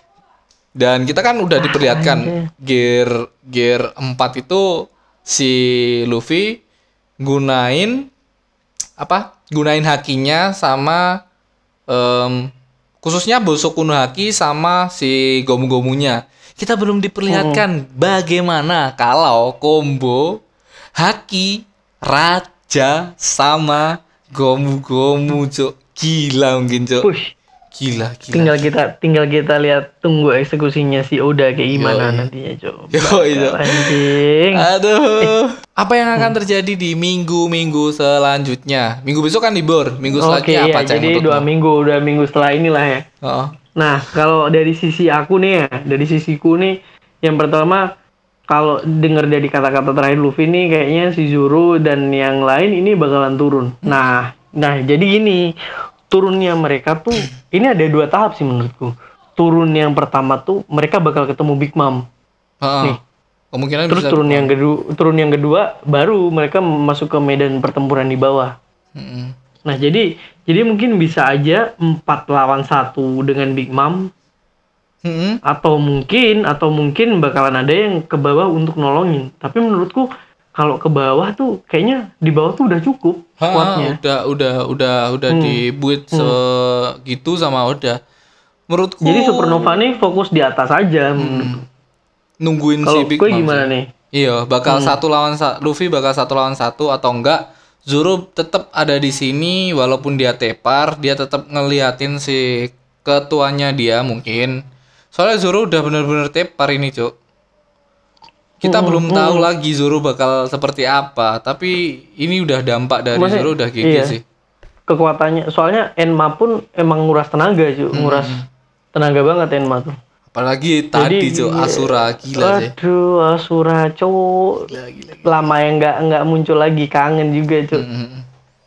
Dan kita kan udah diperlihatkan anjir. gear gear empat itu si Luffy gunain apa? Gunain hakinya sama em, khususnya Bosoku no Haki sama si Gomu-Gomunya. Kita belum diperlihatkan bagaimana kalau combo haki raja sama Gomu-Gomu, Cuk. Gila mungkin, Cuk. Push. Gila, gila. Tinggal kita tinggal kita lihat tunggu eksekusinya si Oda kayak gimana Yoi. nantinya, Cuk. Yoi, Cuk. Bakal Anjing. Aduh. Apa yang akan terjadi di minggu-minggu selanjutnya? Minggu besok kan libur. Minggu Oke, selanjutnya iya, apa, Ceng, jadi menurutmu? dua minggu, dua minggu setelah inilah ya. Oh. Nah, kalau dari sisi aku nih ya, dari sisiku nih, yang pertama, kalau dengar dari kata-kata terakhir Luffy nih, kayaknya si Zoro dan yang lain ini bakalan turun. Nah, nah jadi gini, turunnya mereka tuh, ini ada dua tahap sih menurutku. Turun yang pertama tuh, mereka bakal ketemu Big Mom. Heeh. Nih. Kemungkinan Terus bisa turun yang kedua, turun yang kedua, baru mereka masuk ke medan pertempuran di bawah. Mm-mm. Nah, jadi jadi mungkin bisa aja empat lawan satu dengan Big Mom, Mm-mm. atau mungkin atau mungkin bakalan ada yang ke bawah untuk nolongin. Tapi menurutku kalau ke bawah tuh kayaknya di bawah tuh udah cukup Ha, squadnya. udah udah udah udah Hmm. dibuat segitu sama Oda. Menurutku Jadi Supernova nih fokus di atas aja. menurutku. nungguin si Kalau Big gue Mom gimana sih. nih? Iya, bakal satu lawan sa- Luffy bakal satu lawan satu atau enggak? Zoro tetap ada di sini walaupun dia tepar, dia tetap ngeliatin si ketuanya dia mungkin. Soalnya Zoro udah bener-bener tepar ini, Cuk. Kita Hmm, belum hmm. tahu lagi Zoro bakal seperti apa, tapi ini udah dampak dari Maksudnya, Zoro udah gigi iya. sih. Kekuatannya, soalnya Enma pun emang nguras tenaga, cuy. Nguras tenaga banget Enma tuh. Apalagi tadi, Jadi, Cuk, Asura gila sih. Aduh, Asura cowok. Gila, gila, gila. Lama yang nggak nggak muncul lagi, kangen juga, cuy. Mm-mm.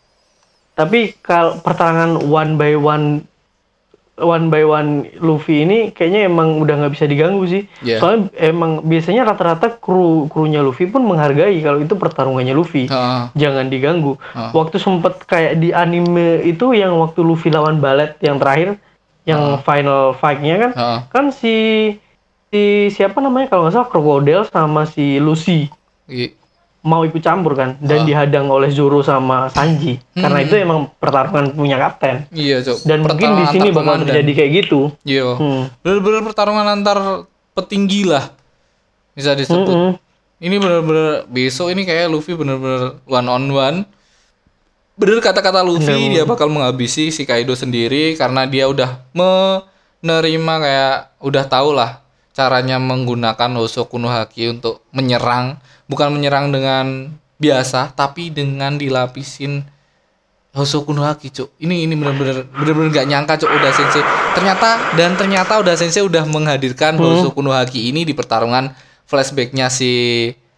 Tapi kalau pertarangan one by one one by one Luffy ini kayaknya emang udah nggak bisa diganggu sih. Iya. Soalnya emang biasanya rata-rata kru krunya Luffy pun menghargai kalau itu pertarungannya Luffy. Heeh. Jangan diganggu. Ah. Waktu sempet kayak di anime itu yang waktu Luffy lawan Ballet yang terakhir, yang final fight-nya kan, Heeh. kan si si siapa namanya kalau nggak salah Crocodile sama si Lucy I- mau ikut campur kan dan Ah. dihadang oleh Zoro sama Sanji. Karena itu emang pertarungan punya kapten. Iya, Cuk. Dan mungkin di Pertarungan sini antar bakal komandan. terjadi kayak gitu. Iya. Hmm. Bener-bener pertarungan antar petinggi lah. Bisa disebut. Mm-mm. Ini bener-bener besok ini kayak Luffy bener-bener one on one. Bener kata-kata Luffy, Bener. dia bakal menghabisi si Kaido sendiri karena dia udah menerima kayak udah tahu lah caranya menggunakan Hosoku no Haki untuk menyerang, bukan menyerang dengan biasa tapi dengan dilapisin Hosoku no Haki, Cuk. Ini ini bener-bener bener-bener gak nyangka, Cuk, Oda Sensei. Ternyata dan ternyata Oda Sensei udah menghadirkan Hmm. Hosoku no Haki ini di pertarungan flashbacknya si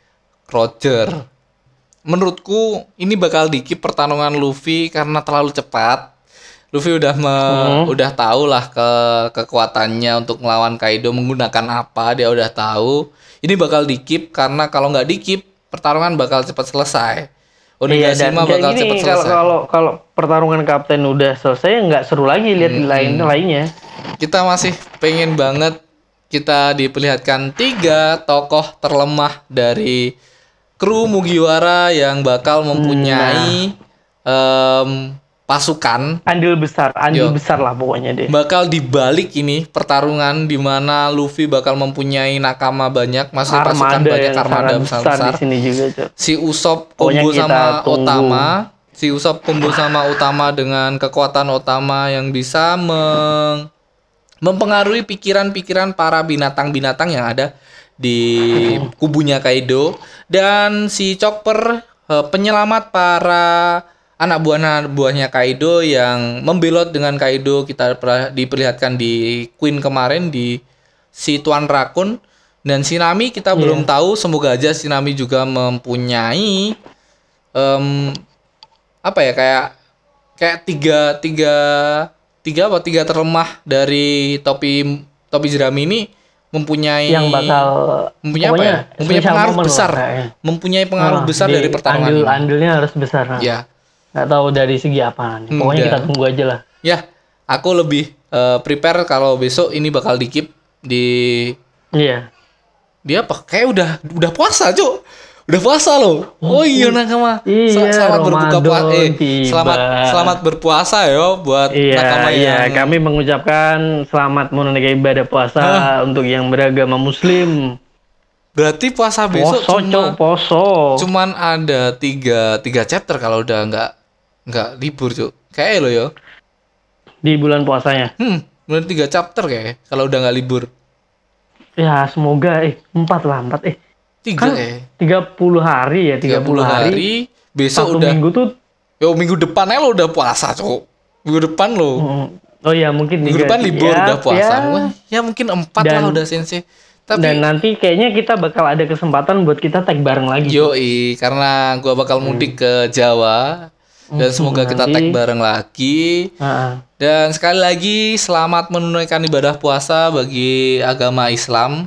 Roger. Menurutku ini bakal dikip pertarungan Luffy karena terlalu cepat. Luffy udah me, hmm. udah tahu lah ke kekuatannya untuk melawan Kaido menggunakan apa, dia udah tahu. Ini bakal dikip karena kalau nggak dikip pertarungan bakal cepat selesai. Onigashima iya, bakal cepat selesai. Kalau kalau pertarungan kapten udah selesai nggak seru lagi lihat hmm. lain lainnya. Kita masih pengen banget kita diperlihatkan tiga tokoh terlemah dari kru Mugiwara yang bakal mempunyai nah. um, pasukan andil besar, andil Yo, besar lah pokoknya deh. Bakal dibalik ini pertarungan di mana Luffy bakal mempunyai nakama banyak, maksudnya pasukan banyak, armada besar-besar. Di sini juga, Cok. Si Usopp combo sama Otama, si Usopp combo sama Otama dengan kekuatan Otama yang bisa meng mempengaruhi pikiran-pikiran para binatang-binatang yang ada di kubunya Kaido, dan si Chopper penyelamat para anak buah buahnya Kaido yang membelot dengan Kaido. Kita diperlihatkan di Queen kemarin di si Tuan Rakun, dan si Nami kita yeah. belum tahu, semoga aja si Nami juga mempunyai um, apa ya kayak kayak tiga tiga tiga apa tiga terlemah dari topi topi jerami ini mempunyai yang bakal mempunyai apa ya mempunyai pengaruh besar lah, mempunyai pengaruh nah, besar dari pertarungan andil, andilnya harus besar nah. Ya. Nggak tahu dari segi apa nih. Pokoknya hmm, kita tunggu aja lah. Ya, aku lebih uh, prepare kalau besok ini bakal dikip di. Iya. Dia apa? Kayak udah udah puasa, Cuk. Udah puasa loh. Oh, oh iya nakama. Iya, selamat berbuka puasa. Eh, tiba. selamat selamat berpuasa ya buat iya, nakama iya. yang. Kami mengucapkan selamat menunaikan ibadah puasa Hah? untuk yang beragama Muslim. Berarti puasa besok poso, cuma poso. Cuman ada tiga tiga chapter kalau udah nggak nggak libur, Cuk. Kayak lo yo. Di bulan puasanya. Hmm, bulan tiga chapter kayak kalau udah nggak libur. Ya, semoga eh empat lah, empat eh. Tiga kan eh. tiga puluh hari ya, tiga puluh hari. hari. Besok satu udah minggu tuh. Yo, minggu depannya lo udah puasa, Cuk. Minggu depan lo. Hmm. Oh iya, mungkin minggu depan libur ya, udah puasa. Ya, Wah, ya mungkin empat dan, lah udah Sensei. Tapi, dan nanti kayaknya kita bakal ada kesempatan buat kita tag bareng lagi. Yoi, karena gua bakal mudik hmm. ke Jawa. Dan semoga nanti kita tag bareng lagi. Uh-uh. Dan sekali lagi selamat menunaikan ibadah puasa bagi agama Islam.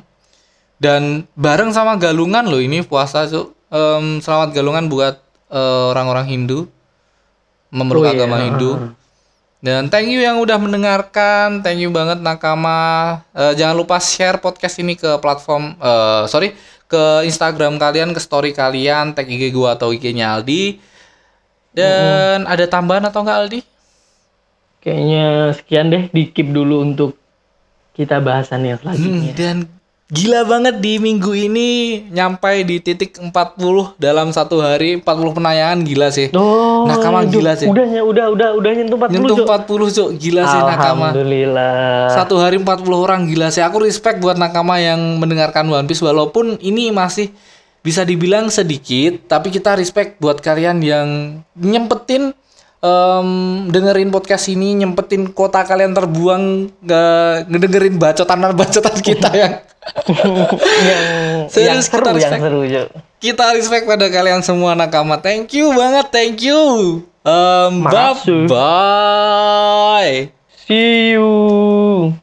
Dan bareng sama Galungan loh ini puasa, Cuk. Um, selamat Galungan buat uh, orang-orang Hindu, memeluk oh, agama iya. Hindu. Dan thank you yang udah mendengarkan, thank you banget nakama. Uh, jangan lupa share podcast ini ke platform, uh, sorry, ke Instagram kalian, ke story kalian, tag I G gua atau I G-nya Aldi. Dan mm-hmm. ada tambahan atau enggak, Aldi? Kayaknya sekian deh, di keep dulu untuk kita bahasan yang selanjutnya. Hmm, dan gila banget di minggu ini nyampai di titik empat puluh dalam satu hari, empat puluh penayangan, gila sih. Oh, nakama gila sih. Udah udah udah udah nyentuh empat puluh. Nyentuh empat puluh, Cuk. Gila sih nakama. Alhamdulillah. Satu hari empat puluh orang, gila sih. Aku respect buat nakama yang mendengarkan One Piece walaupun ini masih bisa dibilang sedikit, tapi kita respect buat kalian yang nyempetin um, dengerin podcast ini, nyempetin kota kalian terbuang gak ngedengerin bacotan-bacotan kita yang yang, yang seru, kita respect, yang seru ya. Kita respect pada kalian semua nakama. Thank you banget, thank you. Um, bye bye. See you.